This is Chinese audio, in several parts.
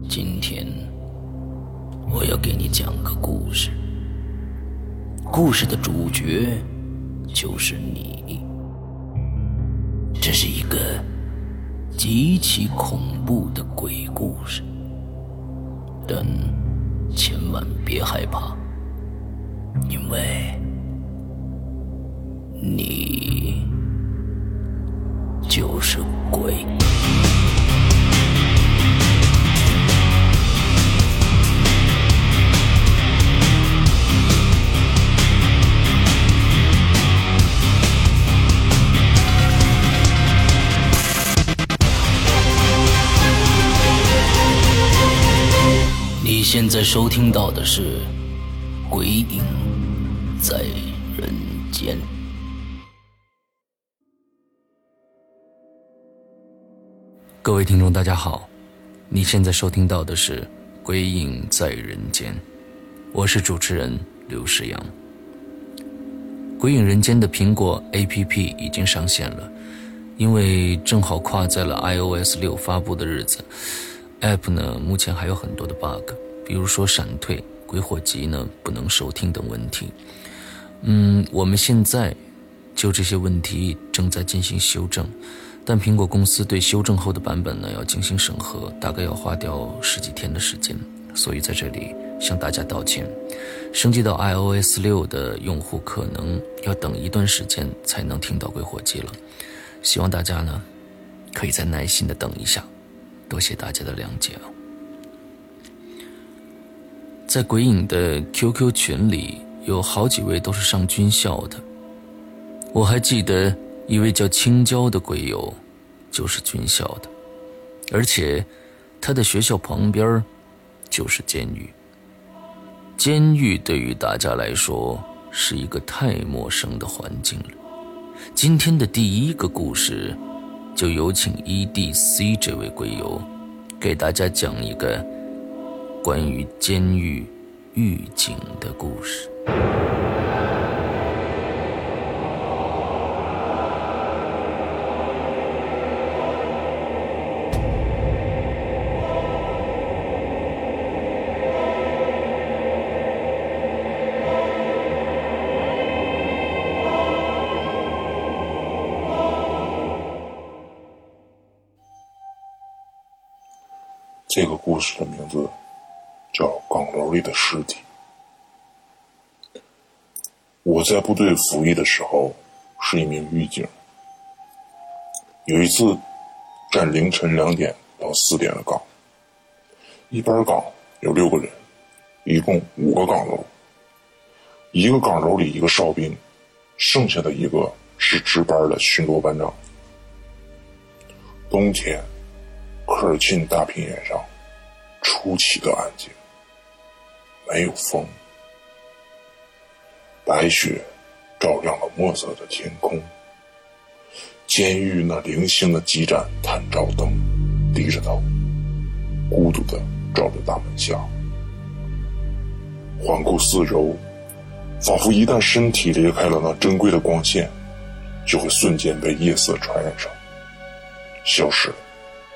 今天我要给你讲个故事，故事的主角就是你。这是一个极其恐怖的鬼故事，但千万别害怕，因为你就是鬼。你现在收听到的是《鬼影在人间》。各位听众大家好，你现在收听到的是《鬼影在人间》，我是主持人刘世阳。《鬼影人间》的苹果 APP 已经上线了，因为正好跨在了 iOS 6发布的日子。App 呢，目前还有很多的 bug， 比如说闪退、鬼火集呢不能收听等问题。我们现在就这些问题正在进行修正，但苹果公司对修正后的版本呢要进行审核，大概要花掉10几天的时间，所以在这里向大家道歉。升级到 iOS 6的用户可能要等一段时间才能听到鬼火集了，希望大家呢可以再耐心的等一下。多谢大家的谅解啊！在鬼影的 QQ 群里，有好几位都是上军校的。我还记得一位叫青椒的鬼友，就是军校的，而且他的学校旁边就是监狱。监狱对于大家来说是一个太陌生的环境了。今天的第一个故事，就有请 EDC 这位鬼友给大家讲一个关于监狱狱警的故事。 这个故事的名字叫《岗楼里的尸体》。我在部队服役的时候是一名狱警，有一次站凌晨2点到4点的岗，一班岗有6个人，一共5个岗楼，一个岗楼里一个哨兵，剩下的一个是值班的巡逻班长。冬天科尔沁大平原上出奇的安静，没有风，白雪照亮了墨色的天空。监狱那零星的几盏探照灯低着头，孤独地照着大门下。环顾四周，仿佛一旦身体离开了那珍贵的光线，就会瞬间被夜色传染上，消失了。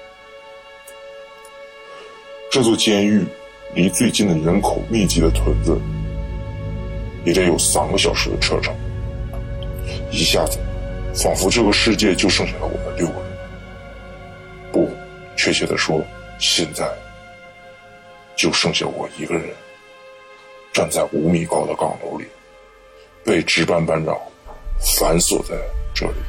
这座监狱离最近的人口密集的屯子也得有3个小时的车程，一下子仿佛这个世界就剩下了我们6个人。不，确切的说，现在就剩下我一个人，站在5米高的岗楼里，被值班班长反锁在这里。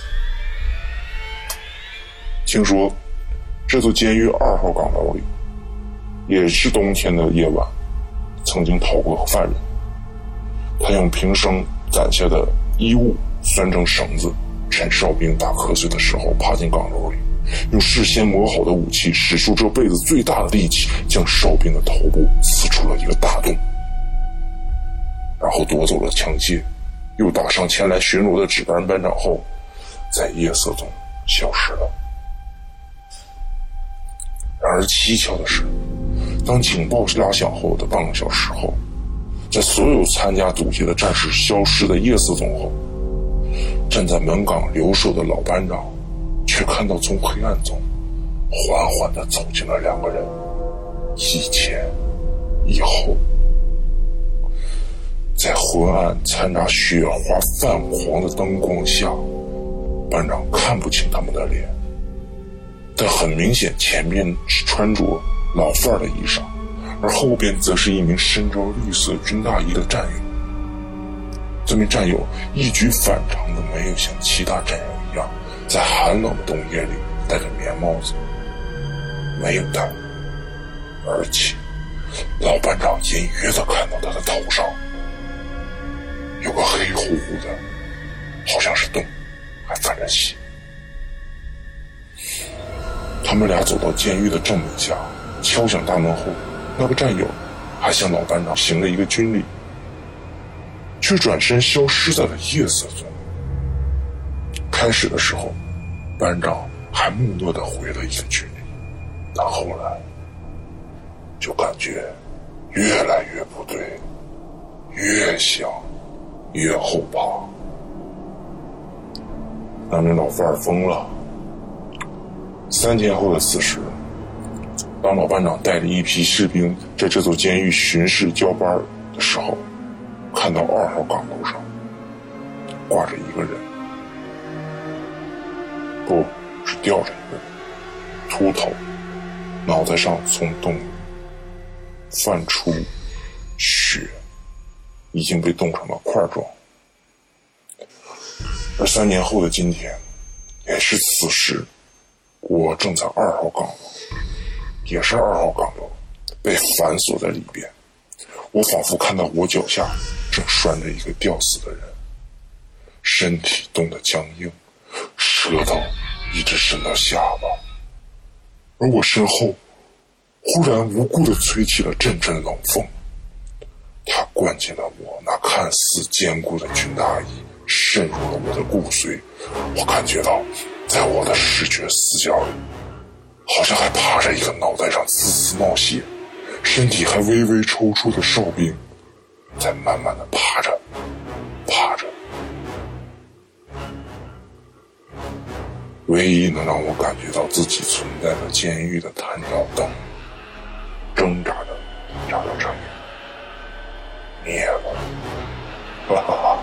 听说这座监狱2号岗楼里也是冬天的夜晚曾经逃过犯人，他用平生攒下的衣物拴成绳子，趁哨兵打瞌睡的时候爬进岗楼里，用事先磨好的武器使出这辈子最大的力气，将哨兵的头部刺出了一个大洞，然后夺走了枪械，又打伤前来巡逻的值班班长后，在夜色中消失了。然而蹊跷的是，当警报拉响后的半个小时后，在所有参加堵截的战士消失的夜色中后，站在门岗留守的老班长却看到从黑暗中缓缓地走进了2个人， 以前以后，在昏暗掺杂雪花泛黄的灯光下，班长看不清他们的脸，但很明显前面是穿着老范儿的衣裳，而后边则是一名身着绿色军大衣的战友。这名战友一举反常的没有像其他战友一样在寒冷的冬夜里戴着棉帽子，没有戴，而且老班长隐约的看到他的头上有个黑乎乎的，好像是洞，还泛着血。他们俩走到监狱的正门下，敲响大门后，那个战友还向老班长行了一个军礼，却转身消失在了夜色中。开始的时候，班长还木讷地回了一个军礼，但后来就感觉越来越不对，越想越后怕。那名老范儿疯了。3天后的此时，当老班长带着一批士兵在这座监狱巡视交班的时候，看到2号岗楼上挂着一个人，不是吊着一个人，秃头，脑袋上从洞里泛出血，已经被冻成了块状。而3年后的今天，也是此时，我正在2号岗楼，也是2号岗楼，被反锁在里边。我仿佛看到我脚下正拴着一个吊死的人，身体冻得僵硬，舌头一直伸到下巴，而我身后忽然无故地吹起了阵阵冷风，它灌进了我那看似坚固的军大衣，渗入了我的骨髓。我感觉到在我的视觉死角里，好像还趴着一个脑袋上滋滋冒血，身体还微微抽搐的哨兵，在慢慢的爬着爬着。唯一能让我感觉到自己存在的监狱的探照灯挣扎着眨了眨眼，灭了，哈哈哈。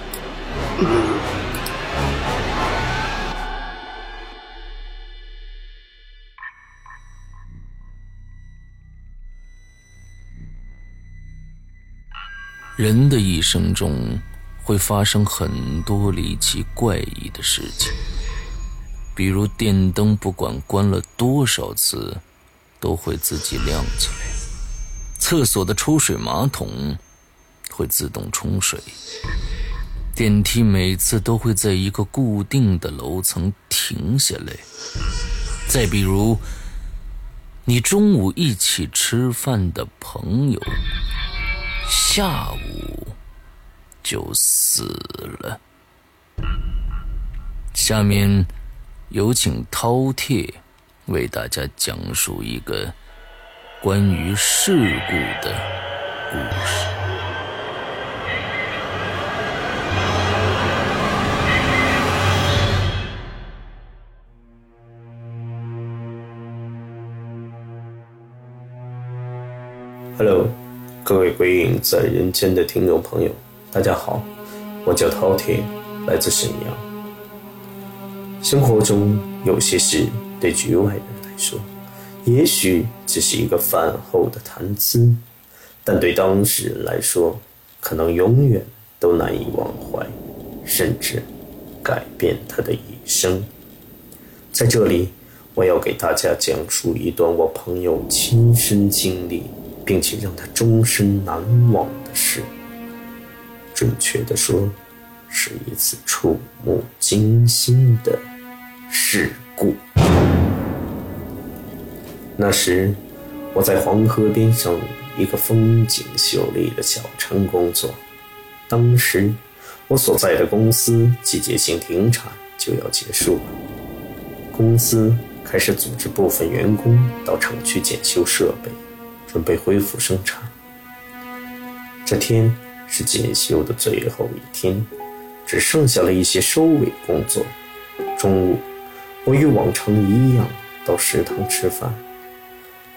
人的一生中会发生很多离奇怪异的事情，比如电灯不管关了多少次都会自己亮起来，厕所的抽水马桶会自动冲水，电梯每次都会在一个固定的楼层停下来，再比如你中午一起吃饭的朋友下午就死了。下面有请饕餮为大家讲述一个关于事故的故事。 Hello， 各位鬼影在人间的听众朋友，大家好，我叫饕餮，来自沈阳。生活中有些事对局外人来说，也许只是一个饭后的谈资，但对当事人来说，可能永远都难以忘怀，甚至改变他的一生。在这里，我要给大家讲述一段我朋友亲身经历并且让他终身难忘的事，准确地说，是一次触目惊心的事故。那时，我在黄河边上一个风景秀丽的小城工作。当时，我所在的公司季节性停产就要结束了，公司开始组织部分员工到厂区检修设备，准备恢复生产。这天是检修的最后一天，只剩下了一些收尾工作。中午，我与往常一样到食堂吃饭。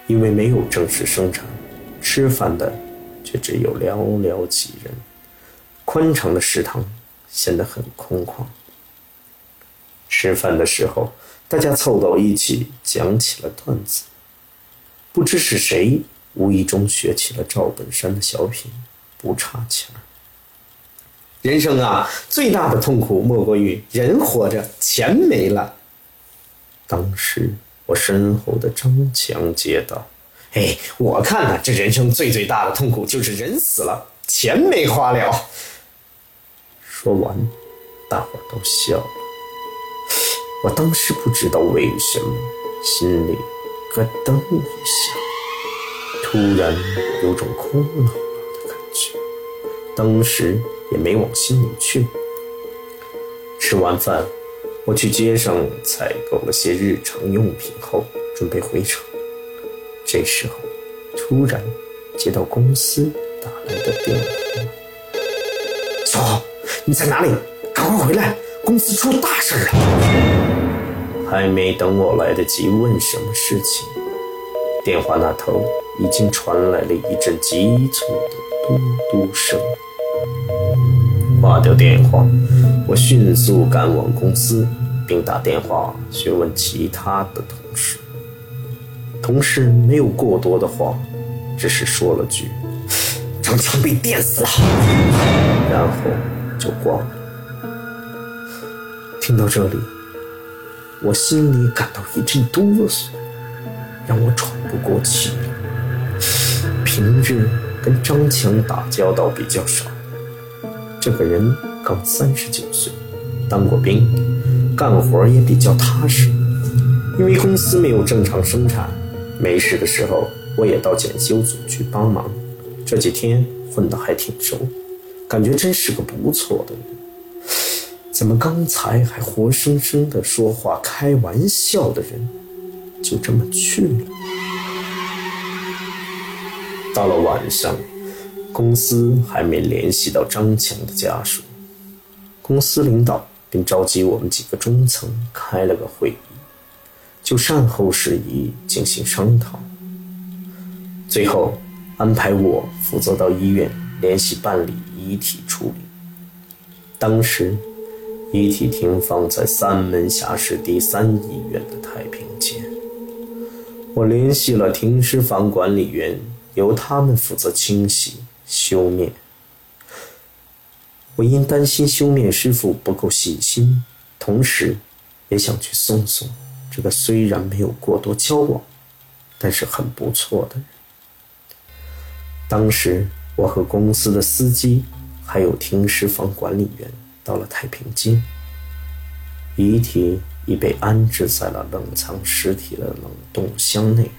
因为没有正式生产，吃饭的却只有寥寥几人。宽敞的食堂显得很空旷。吃饭的时候，大家凑到一起讲起了段子。不知是谁无意中学起了赵本山的小品，不差钱。人生啊，最大的痛苦莫过于人活着，钱没了。当时我身后的张强接道：“我看呢，这人生最大的痛苦就是人死了，钱没花了。”说完，大伙都笑了。我当时不知道为什么，心里咯噔一下，突然有种空落落的感觉，当时也没往心里去。吃完饭，我去街上采购了些日常用品后，准备回厂。这时候，突然接到公司打来的电话：“小豪，你在哪里？赶快回来，公司出大事了！”还没等我来得及问什么事情，电话那头已经传来了一阵急促的嘟嘟声。挂掉电话，我迅速赶往公司，并打电话询问其他的同事。同事没有过多的话，只是说了句：“张强被电死了。”然后就挂了。听到这里，我心里感到一阵哆嗦，让我喘不过气了。平日跟张强打交道比较少，这个人刚39岁，当过兵，干活也比较踏实。因为公司没有正常生产，没事的时候我也到检修组去帮忙。这几天混得还挺熟，感觉真是个不错的人。怎么刚才还活生生的说话开玩笑的人，就这么去了？到了晚上，公司还没联系到张强的家属，公司领导便召集我们几个中层开了个会议，就善后事宜进行商讨。最后安排我负责到医院联系办理遗体处理。当时遗体停放在三门峡市第3医院的太平间。我联系了停尸房管理员，由他们负责清洗修面。我因担心修面师傅不够细心，同时也想去送送这个虽然没有过多交往，但是很不错的人。当时我和公司的司机还有停尸房管理员到了太平间，遗体已被安置在了冷藏尸体的冷冻箱内。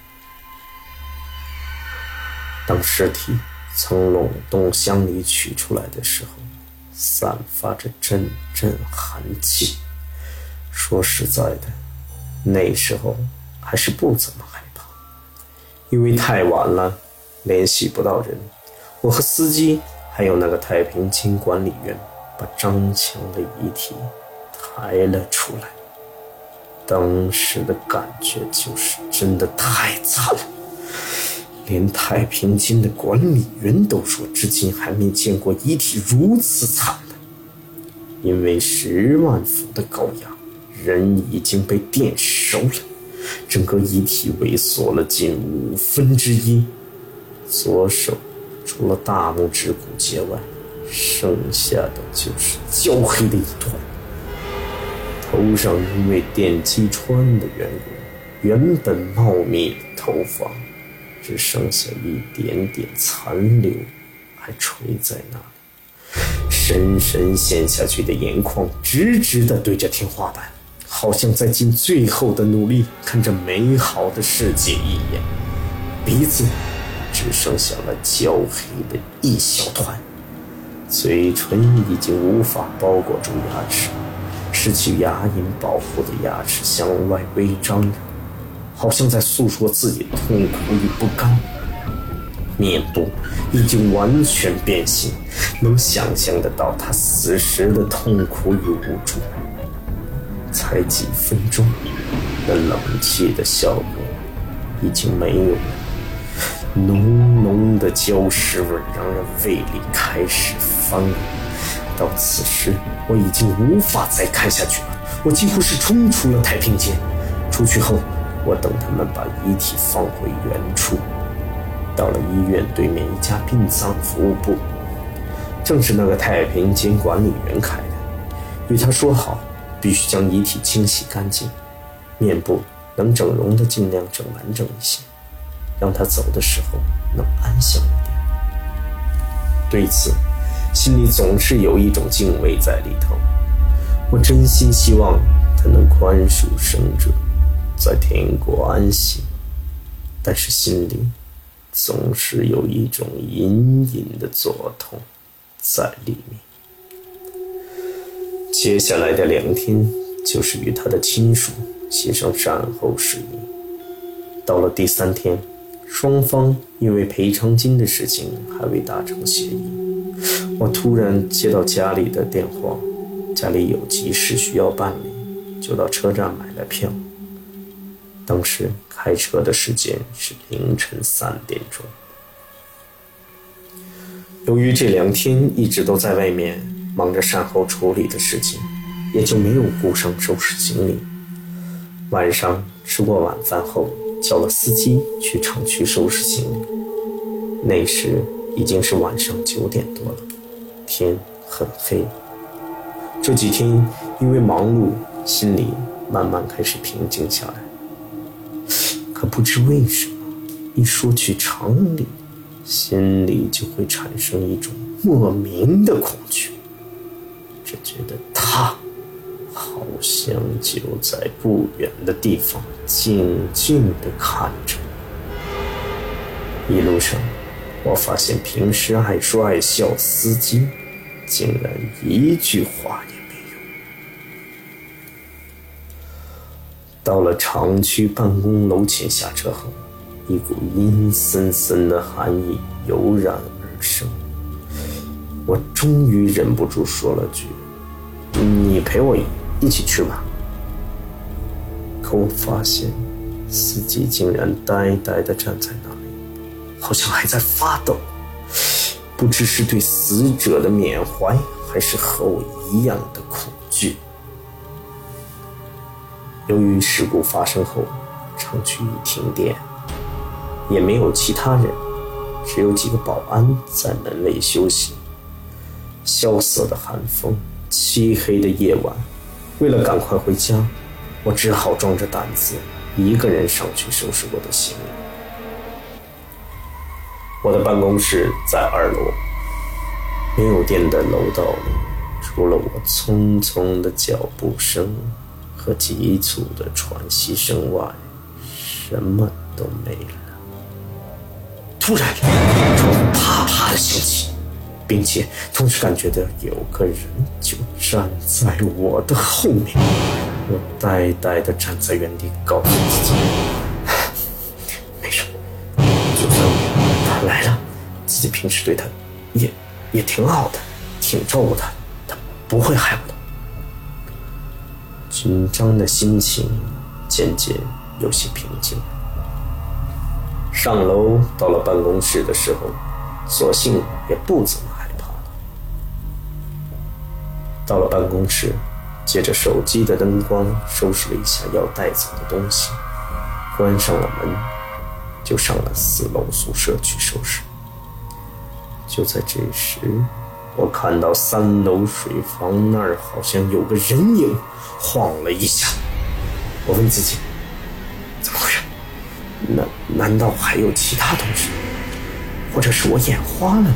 当尸体从冷冻箱里取出来的时候，散发着阵阵寒气。说实在的，那时候还是不怎么害怕，因为太晚了，联系不到人。我和司机还有那个太平间管理员把张强的遗体抬了出来。当时的感觉就是真的太惨了，连太平间的管理员都说至今还没见过遗体如此惨的。因为10万伏的高压，人已经被电熟了，整个遗体萎缩了近1/5，左手除了大拇指骨节外，剩下的就是焦黑的一团。头上因为电击穿的缘故，原本茂密的头发只剩下一点点残留，还垂在那里。深深陷下去的眼眶直直地对着天花板，好像在尽最后的努力看着美好的世界一眼。鼻子只剩下了焦黑的一小团，嘴唇已经无法包裹住牙齿，失去牙龈保护的牙齿向外微张着，好像在诉说自己的痛苦与不甘。面部已经完全变形，能想象得到他死时的痛苦与无助。才几分钟，那冷气的效果已经没有了，浓浓的焦尸味让人胃里开始翻滚。到此时，我已经无法再看下去了，我几乎是冲出了太平间。出去后，我等他们把遗体放回原处。到了医院对面一家殡葬服务部，正是那个太平间管理员开的。与他说好，必须将遗体清洗干净，面部能整容的尽量整完整一些，让他走的时候能安详一点。对此，心里总是有一种敬畏在里头。我真心希望他能宽恕生者，在天国安息，但是心里总是有一种隐隐的作痛在里面。接下来的2天，就是与他的亲属协商善后事宜。到了第3天，双方因为赔偿金的事情还未达成协议。我突然接到家里的电话，家里有急事需要办理，就到车站买了票。当时开车的时间是凌晨3点钟。由于这2天一直都在外面忙着善后处理的事情，也就没有顾上收拾行李。晚上吃过晚饭后，叫了司机去厂区收拾行李。那时已经是晚上9点多了，天很黑。这几天因为忙碌，心里慢慢开始平静下来。可不知为什么，一说去厂里，心里就会产生一种莫名的恐惧，只觉得他好像就在不远的地方静静地看着我。一路上，我发现平时爱说爱笑司机竟然一句话也没有。到了厂区办公楼前下车后，一股阴森森的寒意油然而生。我终于忍不住说了句：“你陪我一起去吧。”可我发现司机竟然呆呆地站在那里，好像还在发抖，不知是对死者的缅怀，还是和我一样的恐惧。由于事故发生后，厂区已停电，也没有其他人，只有几个保安在门卫休息。萧瑟的寒风，漆黑的夜晚，为了赶快回家，我只好壮着胆子一个人上去收拾我的行李。我的办公室在2楼，没有电的楼道里，除了我匆匆的脚步声和急促的喘息声外，什么都没了。突然，我啪啪的响起，并且同时感觉到有个人就站在我的后面。我呆呆地站在原地，告诉自己没事，就算他来了，自己平时对他也挺好的，挺照顾他，他不会害我的。紧张的心情渐渐有些平静。上楼到了办公室的时候，索性也不怎么害怕了。到了办公室，借着手机的灯光收拾了一下要带走的东西，关上了门，就上了4楼宿舍去收拾。就在这时，我看到3楼水房那儿好像有个人影晃了一下。我问自己，怎么回事？难道还有其他东西？或者是我眼花了？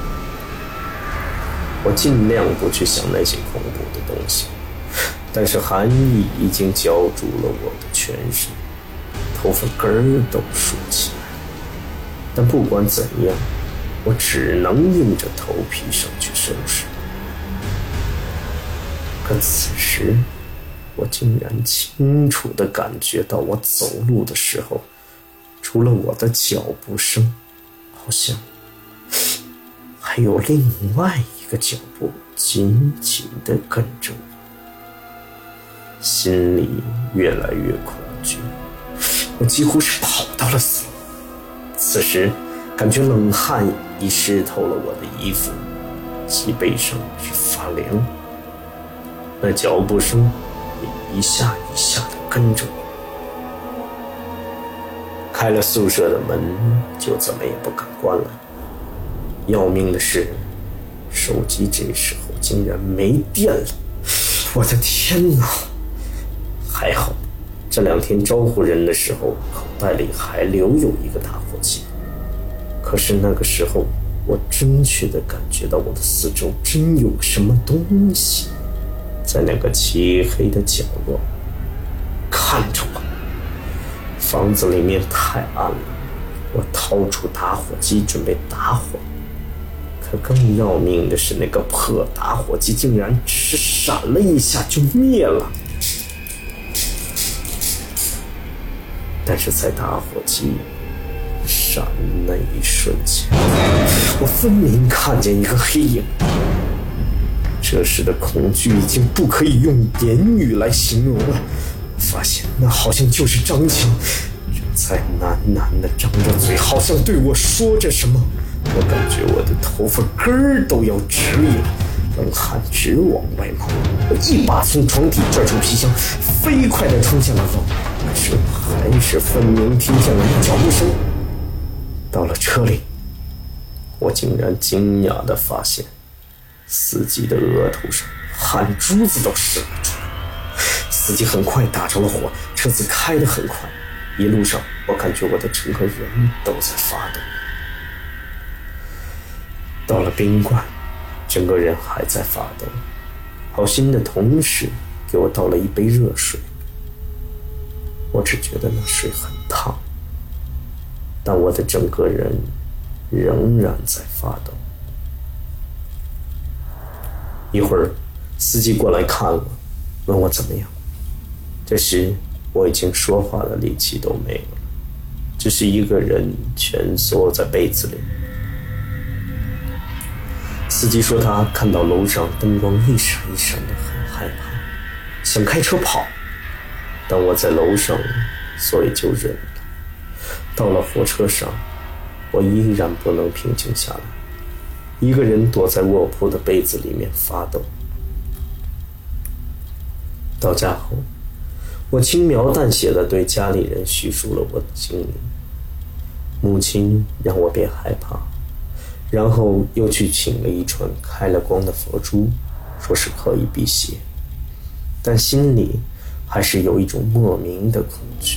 我尽量不去想那些恐怖的东西，但是寒意已经浇筑了我的全身，头发根儿都竖起来。但不管怎样，我只能硬着头皮上去收拾。可此时，我竟然清楚地感觉到，我走路的时候，除了我的脚步声，好像还有另外一个脚步紧紧地跟着我。心里越来越恐惧，我几乎是跑到了了死。此时感觉冷汗已湿透了我的衣服，脊背上是发凉，那脚步声也一下一下地跟着我。开了宿舍的门，就怎么也不敢关了。要命的是，手机这时候竟然没电了！我的天哪！还好，这2天招呼人的时候，口袋里还留有一个打火机。可是那个时候，我真切地感觉到我的四周真有什么东西在那个漆黑的角落看着我。房子里面太暗了，我掏出打火机准备打火，可更要命的是，那个破打火机竟然只是闪了一下就灭了。但是在打火机闪那一瞬间，我分明看见一个黑影。这时的恐惧已经不可以用言语来形容了，发现那好像就是张强，正在喃喃地张着嘴，好像对我说着什么。我感觉我的头发根儿都要直立了，冷汗直往外冒。我一把从床底拽出皮箱，飞快地冲向了楼，可是还是分明听见了那脚步声。到了车里，我竟然惊讶地发现，司机的额头上汗珠子都渗了出来。司机很快打着了火，车子开得很快，一路上我感觉我的整个人都在发抖。到了宾馆，整个人还在发抖。好心的同事给我倒了一杯热水，我只觉得那水很烫，但我的整个人仍然在发抖。一会儿，司机过来看我，问我怎么样。这时我已经说话的力气都没有了，只是一个人蜷缩在被子里。司机说他看到楼上灯光一闪一闪的，很害怕，想开车跑，但我在楼上，所以就忍了。到了火车上，我依然不能平静下来，一个人躲在卧铺的被子里面发抖。到家后，我轻描淡写地对家里人叙述了我的经历。母亲让我别害怕，然后又去请了一串开了光的佛珠，说是可以辟邪，但心里还是有一种莫名的恐惧。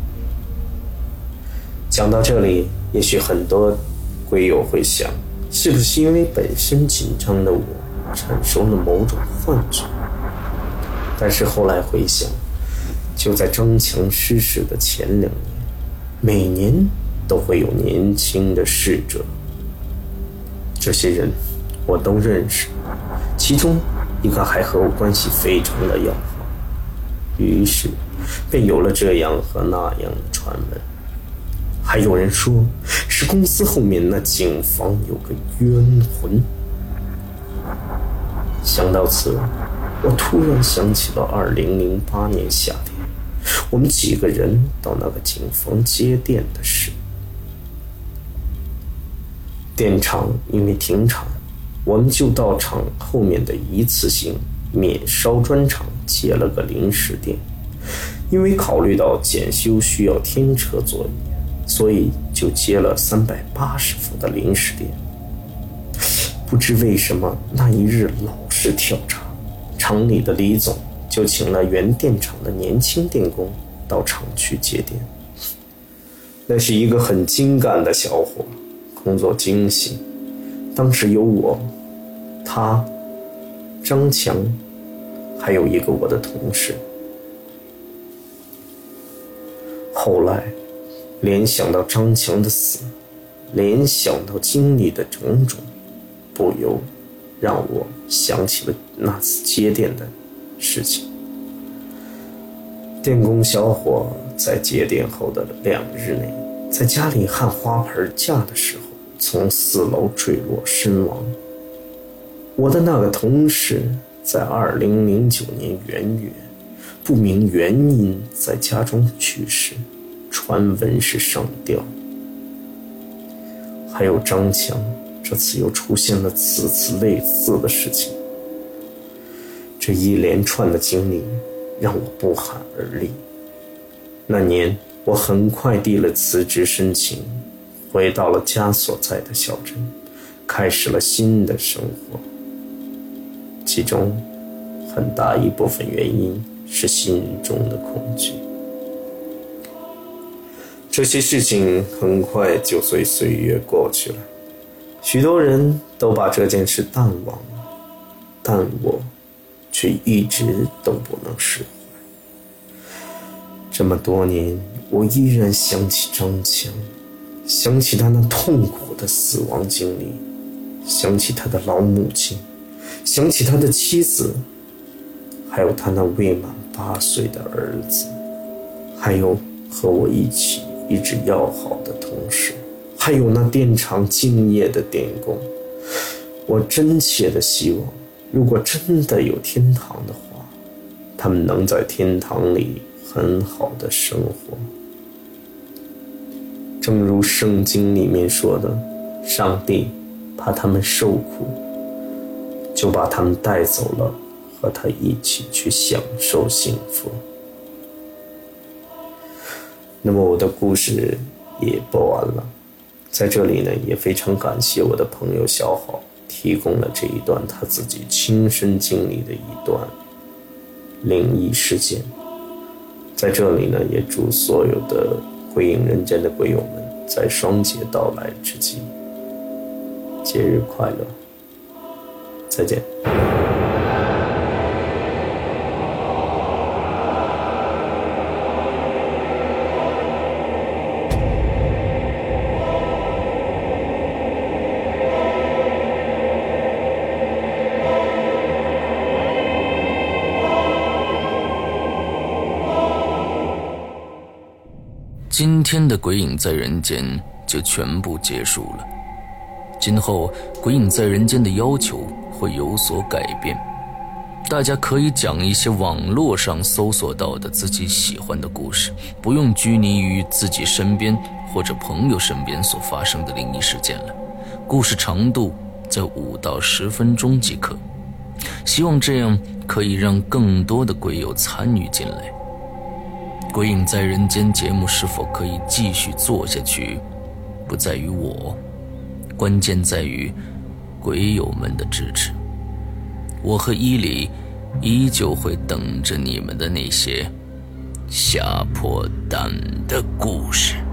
讲到这里，也许很多龟友会想，是不是因为本身紧张的我产生了某种幻觉？但是后来回想，就在张强逝世的前2年，每年都会有年轻的逝者，这些人我都认识，其中一个还和我关系非常的要好，于是便有了这样和那样的传闻。还有人说是公司后面那警方有个冤魂。想到此，我突然想起了2008年夏天，我们几个人到那个警方接电的事。电厂因为停产，我们就到厂后面的一次性免烧砖厂接了个临时电。因为考虑到检修需要天车作业，所以就接了380伏的临时电。不知为什么那一日老是跳闸，厂里的李总就请了原电厂的年轻电工到厂去接电。那是一个很精干的小伙，工作精细。当时有我、他、张强，还有一个我的同事。后来联想到张强的死，联想到经历的种种，不由让我想起了那次接电的事情。电工小伙在接电后的2日内，在家里焊花盆架的时候，从4楼坠落身亡。我的那个同事在2009年元月，不明原因在家中去世。 传闻是上吊。还有张强，这次又出现了此次类似的事情。这一连串的经历让我不寒而栗。那年我很快递了辞职申请，回到了家所在的小镇，开始了新的生活。其中很大一部分原因是心中的恐惧。这些事情很快就随岁月过去了，许多人都把这件事淡忘了，但我却一直都不能释怀。这么多年，我依然想起张强，想起他那痛苦的死亡经历，想起他的老母亲，想起他的妻子，还有他那未满8岁的儿子，还有和我一直要好的同事，还有那电厂敬业的电工。我真切的希望，如果真的有天堂的话，他们能在天堂里很好的生活。正如圣经里面说的，上帝怕他们受苦，就把他们带走了，和他一起去享受幸福。那么我的故事也播完了，在这里呢，也非常感谢我的朋友小好提供了这一段他自己亲身经历的一段灵异事件。在这里呢，也祝所有的鬼影人间的鬼友们在双节到来之际，节日快乐，再见。 今天的鬼影在人间就全部结束了。今后鬼影在人间的要求会有所改变，大家可以讲一些网络上搜索到的自己喜欢的故事，不用拘泥于自己身边或者朋友身边所发生的灵异事件了。故事长度在5到10分钟即可，希望这样可以让更多的鬼友参与进来。鬼影在人间节目是否可以继续做下去，不在于我，关键在于鬼友们的支持。我和伊犁依旧会等着你们的那些吓破胆的故事。